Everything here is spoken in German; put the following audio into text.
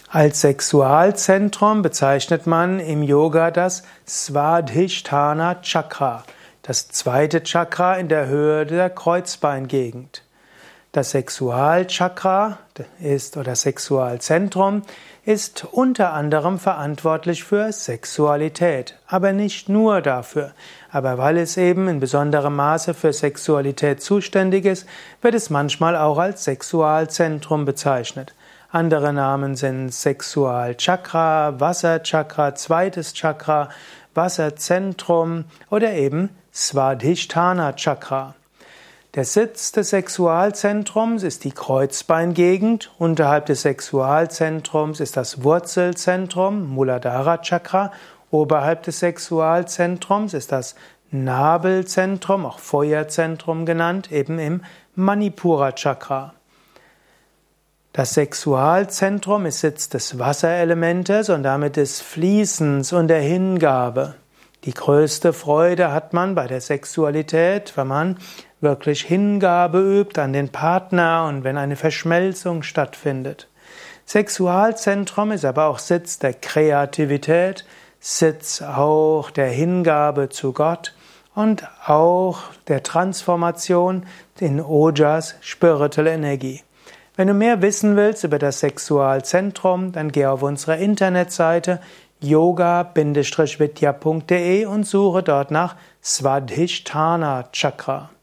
Als Sexualzentrum bezeichnet man im Yoga das Svadhisthana Chakra, das zweite Chakra in der Höhe der Kreuzbeingegend. Das Sexualchakra oder Sexualzentrum ist unter anderem verantwortlich für Sexualität, aber nicht nur dafür. Aber weil es eben in besonderem Maße für Sexualität zuständig ist, wird es manchmal auch als Sexualzentrum bezeichnet. Andere Namen sind Sexualchakra, Wasserchakra, zweites Chakra, Wasserzentrum oder eben Svadhisthana Chakra. Der Sitz des Sexualzentrums ist die Kreuzbeingegend. Unterhalb des Sexualzentrums ist das Wurzelzentrum, Muladhara Chakra. Oberhalb des Sexualzentrums ist das Nabelzentrum, auch Feuerzentrum genannt, eben im Manipura Chakra. Das Sexualzentrum ist Sitz des Wasserelementes und damit des Fließens und der Hingabe. Die größte Freude hat man bei der Sexualität, wenn man wirklich Hingabe übt an den Partner und wenn eine Verschmelzung stattfindet. Sexualzentrum ist aber auch Sitz der Kreativität, Sitz auch der Hingabe zu Gott und auch der Transformation in Ojas, spirituelle Energie. Wenn du mehr wissen willst über das Sexualzentrum, dann geh auf unsere Internetseite yoga-vidya.de und suche dort nach Svadhisthana Chakra.